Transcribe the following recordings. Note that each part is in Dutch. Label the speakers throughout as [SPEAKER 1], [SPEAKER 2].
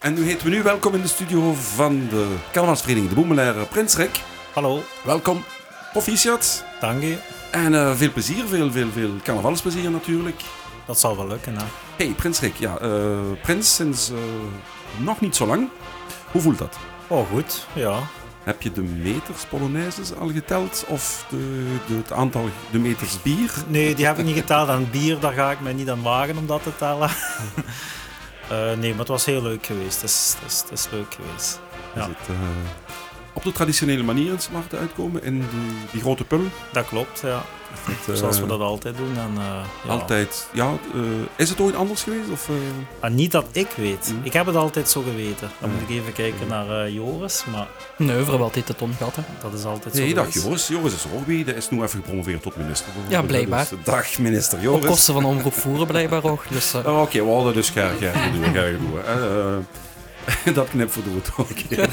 [SPEAKER 1] En nu heten we nu welkom in de studio van de carnavalsvereniging De Boemelaire Prinsrijk.
[SPEAKER 2] Hallo.
[SPEAKER 1] Welkom. Proficiat.
[SPEAKER 2] Dank je.
[SPEAKER 1] En veel plezier, veel carnavalsplezier natuurlijk.
[SPEAKER 2] Dat zal wel lukken, hè.
[SPEAKER 1] Hey, Prinsrijk, ja, Prins sinds nog niet zo lang. Hoe voelt dat?
[SPEAKER 2] Oh, goed, ja.
[SPEAKER 1] Heb je de meters Polonaises al geteld of het aantal de meters bier?
[SPEAKER 2] Nee, die heb ik niet geteld. En bier, daar ga ik mij niet aan wagen om dat te tellen. Nee, maar het was heel leuk geweest. Het is leuk geweest. Ja.
[SPEAKER 1] Is het op de traditionele manier in Zwarte uitkomen in die grote pul?
[SPEAKER 2] Dat klopt, ja. Zoals we dat altijd doen. En, ja.
[SPEAKER 1] Altijd, ja. Is het ooit anders geweest? Of,
[SPEAKER 2] niet dat ik weet. Ik heb het altijd zo geweten. Dan moet ik even kijken naar Joris. Maar
[SPEAKER 3] nee, we hebben altijd de ton gehad, hè.
[SPEAKER 2] Dat is altijd zo
[SPEAKER 1] Nee, dag
[SPEAKER 2] geweest.
[SPEAKER 1] Joris. Joris is er ook bij. Die is nu even gepromoveerd tot minister.
[SPEAKER 3] Ja, blijkbaar.
[SPEAKER 1] Dus, dag minister
[SPEAKER 3] Op
[SPEAKER 1] Joris.
[SPEAKER 3] kosten van omroep voeren blijkbaar ook. Dus,
[SPEAKER 1] Oké, we hadden dus graag doen. Dat knip voor de ook.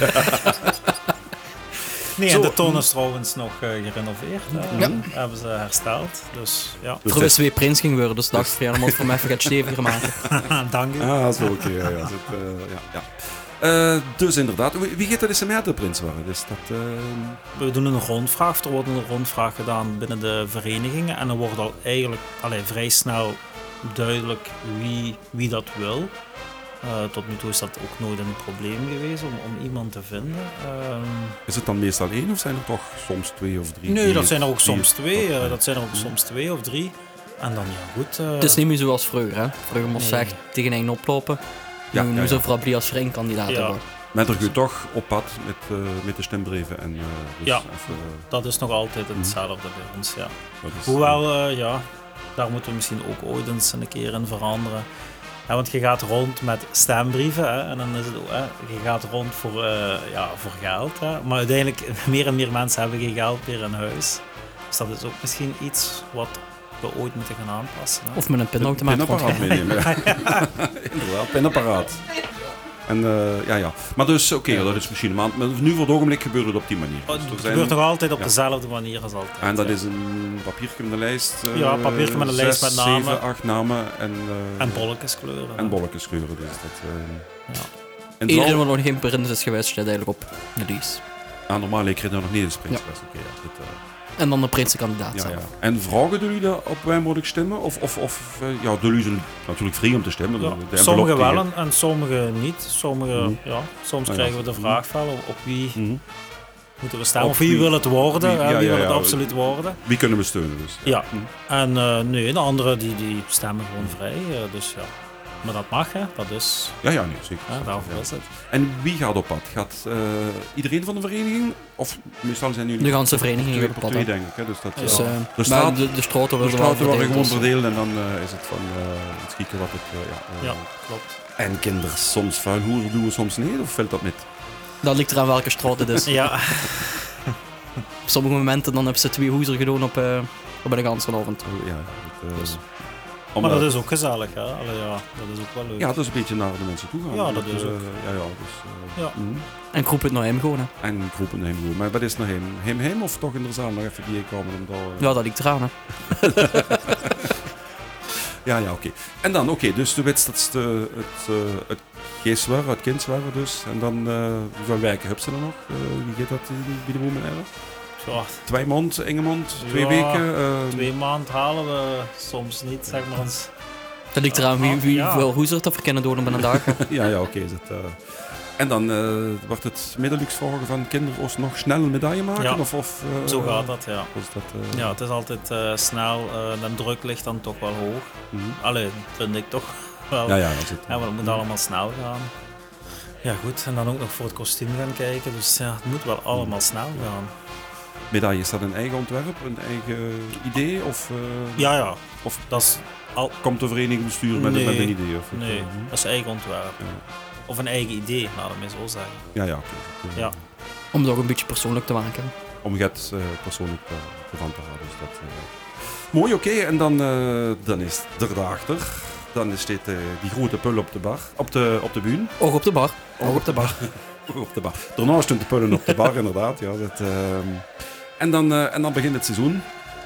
[SPEAKER 2] Nee,
[SPEAKER 1] Zo.
[SPEAKER 2] en de ton is trouwens nog gerenoveerd.
[SPEAKER 3] Ja.
[SPEAKER 2] Hebben ze hersteld. Dus ja.
[SPEAKER 1] Dus
[SPEAKER 3] er wist weer prins ging worden, dus dacht ik, ja, dan moet ik voor mij even het steviger maken.
[SPEAKER 2] Dank u.
[SPEAKER 1] Ah, zo oké. Ja. Dus inderdaad, wie gaat er eens met de prins worden? Dus dat,
[SPEAKER 2] We doen een rondvraag. Er wordt een rondvraag gedaan binnen de verenigingen. En dan wordt al eigenlijk vrij snel duidelijk wie dat wil. Tot nu toe is dat ook nooit een probleem geweest om iemand te vinden.
[SPEAKER 1] is het dan meestal één of zijn er toch soms 2 of 3?
[SPEAKER 2] Nee, dat zijn er ook soms 2.
[SPEAKER 1] Oké.
[SPEAKER 2] Dat zijn er ook soms 2 of 3. En dan ja, goed.
[SPEAKER 3] Het is niet meer zoals vroeger, hè. Vroeger moest je
[SPEAKER 2] Nee.
[SPEAKER 3] echt tegen een oplopen.
[SPEAKER 1] Ja,
[SPEAKER 3] Nu
[SPEAKER 1] ja,
[SPEAKER 3] zo
[SPEAKER 1] ja.
[SPEAKER 3] Frabli als Vrijn-kandidaat
[SPEAKER 2] Ja.
[SPEAKER 3] hebben.
[SPEAKER 1] Maar er gaat toch op pad met de stembreven. En, dus
[SPEAKER 2] Ja.
[SPEAKER 1] even,
[SPEAKER 2] Dat is nog altijd hetzelfde bij ons, ja.
[SPEAKER 1] dat is,
[SPEAKER 2] Hoewel, ja, daar moeten we misschien ook ooit eens een keer in veranderen. Ja, want je gaat rond met stembrieven hè, en dan is het, je gaat rond voor geld. Hè, maar uiteindelijk, meer en meer mensen hebben geen geld meer in huis. Dus dat is ook misschien iets wat we ooit moeten gaan aanpassen. Hè.
[SPEAKER 3] Of met een pinautomaat
[SPEAKER 1] pinapparaat
[SPEAKER 3] rondgaan.
[SPEAKER 1] meenemen. Inderdaad, pinapparaat. En ja. Maar dus, oké, dat is misschien een maand. Maar nu voor het ogenblik gebeurt het op die manier. Dus er
[SPEAKER 2] Het
[SPEAKER 1] zijn-
[SPEAKER 2] gebeurt nog altijd op
[SPEAKER 1] ja.
[SPEAKER 2] dezelfde manier als altijd.
[SPEAKER 1] En dat
[SPEAKER 2] ja.
[SPEAKER 1] is een papiertje met een lijst.
[SPEAKER 2] Ja, een papiertje met een lijst met namen.
[SPEAKER 1] 7, 8 namen
[SPEAKER 2] En bolletjeskleuren.
[SPEAKER 1] En
[SPEAKER 2] hè.
[SPEAKER 1] bolletjeskleuren. Dus dat,
[SPEAKER 2] Ja.
[SPEAKER 1] en
[SPEAKER 3] Iedereen
[SPEAKER 1] vooral-
[SPEAKER 3] wat nog geen prins is geweest, staat eigenlijk op de lijst.
[SPEAKER 1] normaal, ik kreeg er nog niet eens prins.
[SPEAKER 3] Ja.
[SPEAKER 1] Oké, ja, dit,
[SPEAKER 3] En dan de prinsenkandidaat
[SPEAKER 1] ja,
[SPEAKER 3] zelf.
[SPEAKER 1] ja. En vragen jullie dat op wij moeten stemmen? Of ja, jullie zijn natuurlijk vrij om te stemmen.
[SPEAKER 2] Ja,
[SPEAKER 1] De envelop
[SPEAKER 2] sommigen
[SPEAKER 1] die-
[SPEAKER 2] wel en sommigen niet. Sommigen, soms
[SPEAKER 1] ja.
[SPEAKER 2] krijgen we de vraag wel op wie
[SPEAKER 1] Mhm.
[SPEAKER 2] moeten we stemmen.
[SPEAKER 1] Op
[SPEAKER 2] Of wie
[SPEAKER 1] wie-
[SPEAKER 2] wil het worden,
[SPEAKER 1] wie-
[SPEAKER 2] hè,
[SPEAKER 1] ja,
[SPEAKER 2] wie
[SPEAKER 1] ja,
[SPEAKER 2] wil het
[SPEAKER 1] ja.
[SPEAKER 2] absoluut worden.
[SPEAKER 1] Wie kunnen we steunen dus?
[SPEAKER 2] Ja,
[SPEAKER 1] Mhm.
[SPEAKER 2] en nee, de anderen die stemmen gewoon vrij. Dus ja, maar dat mag, hè. Dat is,
[SPEAKER 1] Ja, nee, zeker.
[SPEAKER 2] daarvoor
[SPEAKER 1] Ja.
[SPEAKER 2] is het.
[SPEAKER 1] En wie gaat op pad? Gaat iedereen van de vereniging? Of meestal zijn jullie...
[SPEAKER 3] De ganse vereniging
[SPEAKER 1] twee
[SPEAKER 3] gaat op
[SPEAKER 1] per
[SPEAKER 3] pad,
[SPEAKER 1] twee,
[SPEAKER 3] hè.
[SPEAKER 1] denk ik. Hè? Dus dat,
[SPEAKER 3] Dus,
[SPEAKER 2] Ja.
[SPEAKER 1] de
[SPEAKER 3] maar
[SPEAKER 1] straat-
[SPEAKER 3] de straten
[SPEAKER 1] de
[SPEAKER 3] worden wel
[SPEAKER 1] straten worden gewoon
[SPEAKER 3] verdeeld.
[SPEAKER 1] verdeeld en dan is het van het schieten wat het...
[SPEAKER 2] Ja, klopt.
[SPEAKER 1] En kinderen soms vuil hoeren doen we soms niet, of valt dat met?
[SPEAKER 3] Dat ligt eraan welke straat het is.
[SPEAKER 2] Ja,
[SPEAKER 3] Op sommige momenten dan hebben ze 2 hoezer gedaan op een ganse avond.
[SPEAKER 1] Ja,
[SPEAKER 3] Dus.
[SPEAKER 2] maar
[SPEAKER 1] omdat-
[SPEAKER 2] dat is ook gezellig, hè. Ja, dat is ook wel leuk.
[SPEAKER 1] Ja, dat is een beetje naar de mensen toe gaan.
[SPEAKER 2] Ja, dat is ook. Ja.
[SPEAKER 3] En groep het naar hem gewoon, hè.
[SPEAKER 1] En groepen heen doen. Maar wat is naar hem? Hem of toch in de zaal nog even die komen om daar...
[SPEAKER 3] Ja, dat ligt eraan, hè.
[SPEAKER 1] Ja, oké. En dan, dus de wedstrijd, het geestwaar, het kindswaar dus. En dan, hoeveel weken hebben ze er nog? Wie gaat dat bij de Boemelaire?
[SPEAKER 2] Ja,
[SPEAKER 1] 2 maanden, Engemond, 2
[SPEAKER 2] Ja,
[SPEAKER 1] weken.
[SPEAKER 2] 2 maanden halen we soms niet, zeg maar eens.
[SPEAKER 3] Dat ligt eraan wie
[SPEAKER 2] Ja.
[SPEAKER 3] veel hoezer dat verkennen door op een dag.
[SPEAKER 1] Ja, oké. Is het, en dan wordt het middelijks vragen van kinderen of ze nog snel een medaille maken?
[SPEAKER 2] Ja.
[SPEAKER 1] Of,
[SPEAKER 2] Zo gaat dat, ja.
[SPEAKER 1] Is dat,
[SPEAKER 2] Ja, het is altijd snel. De druk ligt dan toch wel hoog.
[SPEAKER 1] mhm.
[SPEAKER 2] Allee, vind ik toch wel.
[SPEAKER 1] Ja, dat is het.
[SPEAKER 2] Ja, maar het moet allemaal snel gaan. Ja, goed. En dan ook nog voor het kostuum gaan kijken. Dus ja, het moet wel allemaal snel gaan.
[SPEAKER 1] Medaille, is dat een eigen ontwerp, een eigen idee? Of,
[SPEAKER 2] Ja.
[SPEAKER 1] Of
[SPEAKER 2] Dat is al...
[SPEAKER 1] komt de vereniging bestuur met
[SPEAKER 2] Nee.
[SPEAKER 1] een idee? Of
[SPEAKER 2] Nee,
[SPEAKER 1] mhm.
[SPEAKER 2] dat is eigen ontwerp.
[SPEAKER 1] Ja.
[SPEAKER 2] Of een eigen idee, laten we het zo zeggen.
[SPEAKER 1] Ja, oké.
[SPEAKER 2] Ja.
[SPEAKER 3] Om het ook een beetje persoonlijk te maken.
[SPEAKER 1] Om het persoonlijk ervan te houden. Dus dat, mooi, oké. En dan is het erachter. Dan is dit die grote pul op de bar. Op de bühne.
[SPEAKER 3] Oog op de bar. Oog op de bar.
[SPEAKER 1] Op de bar. Daarna stond de pullen op de bar, inderdaad. Ja, dat, en dan begint het seizoen.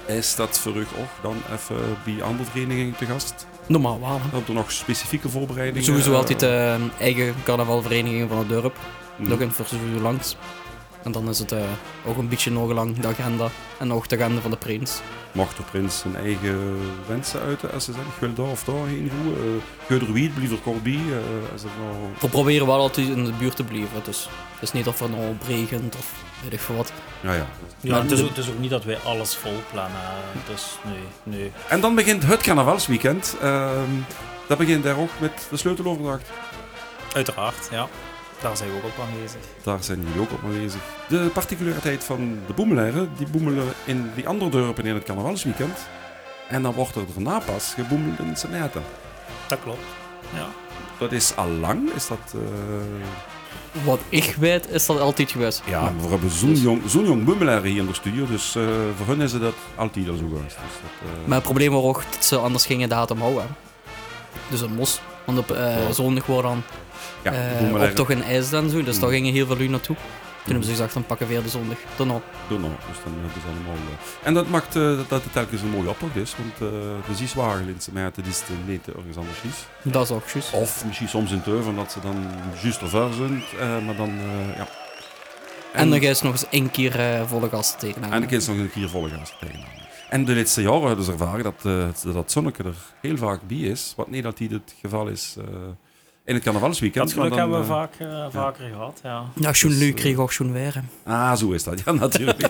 [SPEAKER 1] Is dat voor u ook dan even bij andere verenigingen te gast?
[SPEAKER 3] Normaal wel. Hè.
[SPEAKER 1] Heb er nog specifieke voorbereidingen?
[SPEAKER 3] Sowieso altijd eigen carnavalverenigingen van het dorp.
[SPEAKER 1] Mhm.
[SPEAKER 3] Nog een voor sowieso langs. En dan is het ook een beetje nog lang de agenda. En ook de agenda van de Prins.
[SPEAKER 1] Mocht de prins zijn eigen wensen uiten als ze zeggen, ik wil daar of daar heen gaan? Geuderwied, blijf er Corby? Is dat nou...
[SPEAKER 3] We proberen wel altijd in de buurt te blijven. Dus het is niet of er nou bregent of weet ik veel wat.
[SPEAKER 1] Ja.
[SPEAKER 2] Ja,
[SPEAKER 3] Maar
[SPEAKER 2] het is ook niet dat wij alles vol plannen. Dus nee.
[SPEAKER 1] En dan begint het carnavalsweekend. Dat begint daar ook met de sleuteloverdracht.
[SPEAKER 2] Uiteraard, ja. Daar zijn we ook op aanwezig.
[SPEAKER 1] Daar zijn jullie ook op aanwezig. De particulariteit van de boemelaren, die boemelen in die andere dorpen in het carnavalsweekend. En dan wordt er daarna pas geboemeld in Seneten.
[SPEAKER 2] Dat klopt, ja.
[SPEAKER 1] Dat is al lang, is dat...
[SPEAKER 3] Wat ik weet is dat altijd geweest.
[SPEAKER 1] Ja, we hebben zo'n jong boemelaren hier in de studio, dus voor hun is het dat altijd al zo geweest. Dus dat,
[SPEAKER 3] Maar het probleem was ook dat ze anders gingen datum houden. Dus het moest. Want op zondag wordt dan
[SPEAKER 1] ja, boemelaren.
[SPEAKER 3] optocht in IJsden en zo, dus daar gingen heel veel lui naartoe. Toen hebben ze gezegd, dan pakken we weer de zondag. Dan al.
[SPEAKER 1] Doe nou, dus dan hebben ze allemaal... En dat maakt dat het telkens een mooie optocht is, want de Zieswagel in Seneten is niet ergens anders is.
[SPEAKER 3] Dat is ook juist.
[SPEAKER 1] Of misschien soms in Teuven, dat ze dan juist ervoor zijn, maar dan, ja.
[SPEAKER 3] En dan ga je nog eens één keer volle gasten tegenaan.
[SPEAKER 1] En dan kun je nog een keer volle gasten tegenaan. En de laatste jaren hebben ze ervaren dat zonneke er heel vaak bij is, wat niet altijd het geval is in het carnavalsweekend.
[SPEAKER 2] Dat geluk
[SPEAKER 1] maar dan,
[SPEAKER 2] hebben we vaker gehad, ja.
[SPEAKER 3] Ja, schoen
[SPEAKER 1] Dus,
[SPEAKER 3] nu kreeg ook schoen weer. Hè.
[SPEAKER 1] Zo is dat, ja, natuurlijk.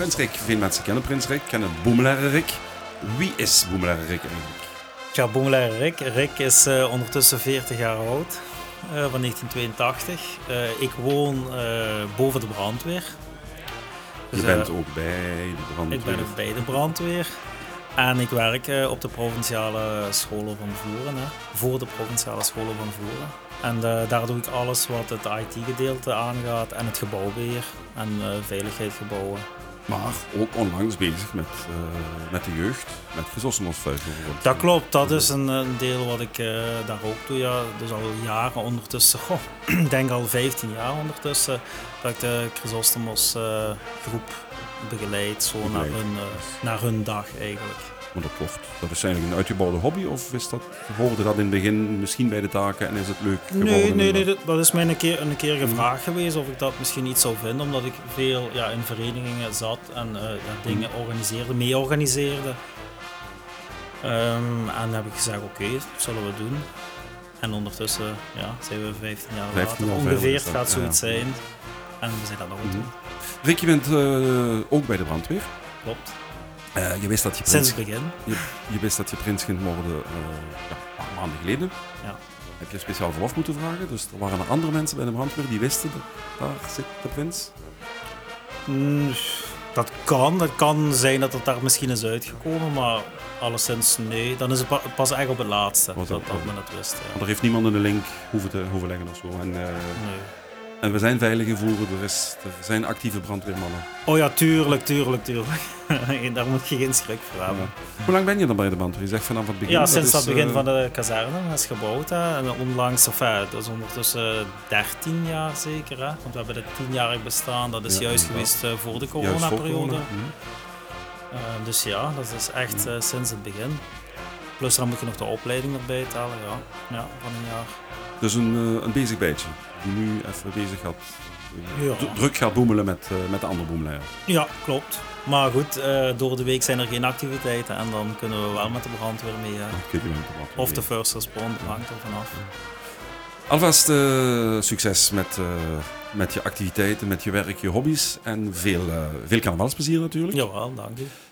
[SPEAKER 1] Prins Rick. Veel mensen kennen Prins Rick, kennen Boemelaire Rick. Wie is Boemelaire Rick eigenlijk?
[SPEAKER 2] Ja, Boemelaire Rick. Rick is ondertussen 40 jaar oud, van 1982. Ik woon boven de brandweer. Dus,
[SPEAKER 1] Je bent ook bij de brandweer.
[SPEAKER 2] Ik ben ook bij de brandweer. En ik werk op de provinciale scholen van Voeren, hè, voor de provinciale scholen van Voeren. En daar doe ik alles wat het IT-gedeelte aangaat en het gebouwbeheer en veiligheidsgebouwen.
[SPEAKER 1] Maar ook onlangs bezig met de jeugd, met Chrysostomos-vuis bijvoorbeeld.
[SPEAKER 2] Dat klopt, dat is een deel wat ik daar ook doe. Ja. Dus al jaren ondertussen, ik denk al 15 jaar ondertussen, dat ik de Chrysostomos groep begeleid, zo naar hun dag eigenlijk.
[SPEAKER 1] Maar dat is eigenlijk een uitgebouwde hobby of hoorde dat in het begin misschien bij de taken en is het leuk geworden?
[SPEAKER 2] Nee, dat is mij een keer gevraagd geweest of ik dat misschien iets zou vinden, omdat ik veel in verenigingen zat en dingen mee organiseerde. En dan heb ik gezegd, oké, dat zullen we doen. En ondertussen zijn we 15 jaar later. Ongeveer, het gaat zoiets zijn. En we zijn dat nog aan het doen.
[SPEAKER 1] Rick, je bent ook bij de brandweer.
[SPEAKER 2] Klopt.
[SPEAKER 1] Je wist dat je
[SPEAKER 2] sinds het begin.
[SPEAKER 1] Je wist dat je prins ging worden een paar maanden geleden.
[SPEAKER 2] Ja.
[SPEAKER 1] Heb je speciaal verlof moeten vragen? Dus er waren er andere mensen bij de brandweer die wisten dat daar zit de prins?
[SPEAKER 2] Dat kan zijn dat het daar misschien is uitgekomen, maar alleszins nee. Dan is het pas echt op het laatste dat men het wist. Ja.
[SPEAKER 1] Want er heeft niemand een link hoeven leggen of zo.
[SPEAKER 2] Nee.
[SPEAKER 1] En we zijn veilig in Voeren, er zijn actieve brandweermannen.
[SPEAKER 2] Oh ja, tuurlijk. Daar moet je geen schrik voor hebben.
[SPEAKER 1] Ja. Hoe lang ben je dan bij de brandweer? Je zegt vanaf het begin?
[SPEAKER 2] Ja, sinds het begin van de kazerne is gebouwd. Hè. En onlangs, dat is ondertussen 13 jaar zeker. Hè. Want we hebben het 10-jarig bestaan, dat is juist geweest voor de coronaperiode. Dus ja, dat is echt sinds het begin. Plus dan moet je nog de opleiding erbij tellen, ja, van een jaar.
[SPEAKER 1] Dus een bezig bijtje, die nu even bezig gaat, druk gaat boemelen met de andere boemelaren.
[SPEAKER 2] Ja, klopt. Maar goed, door de week zijn er geen activiteiten en dan kunnen we wel met de brandweer mee. Of de first responder, hangt er vanaf.
[SPEAKER 1] Alvast succes met je activiteiten, met je werk, je hobby's en veel carnavalsplezier natuurlijk.
[SPEAKER 2] Jawel, dank u.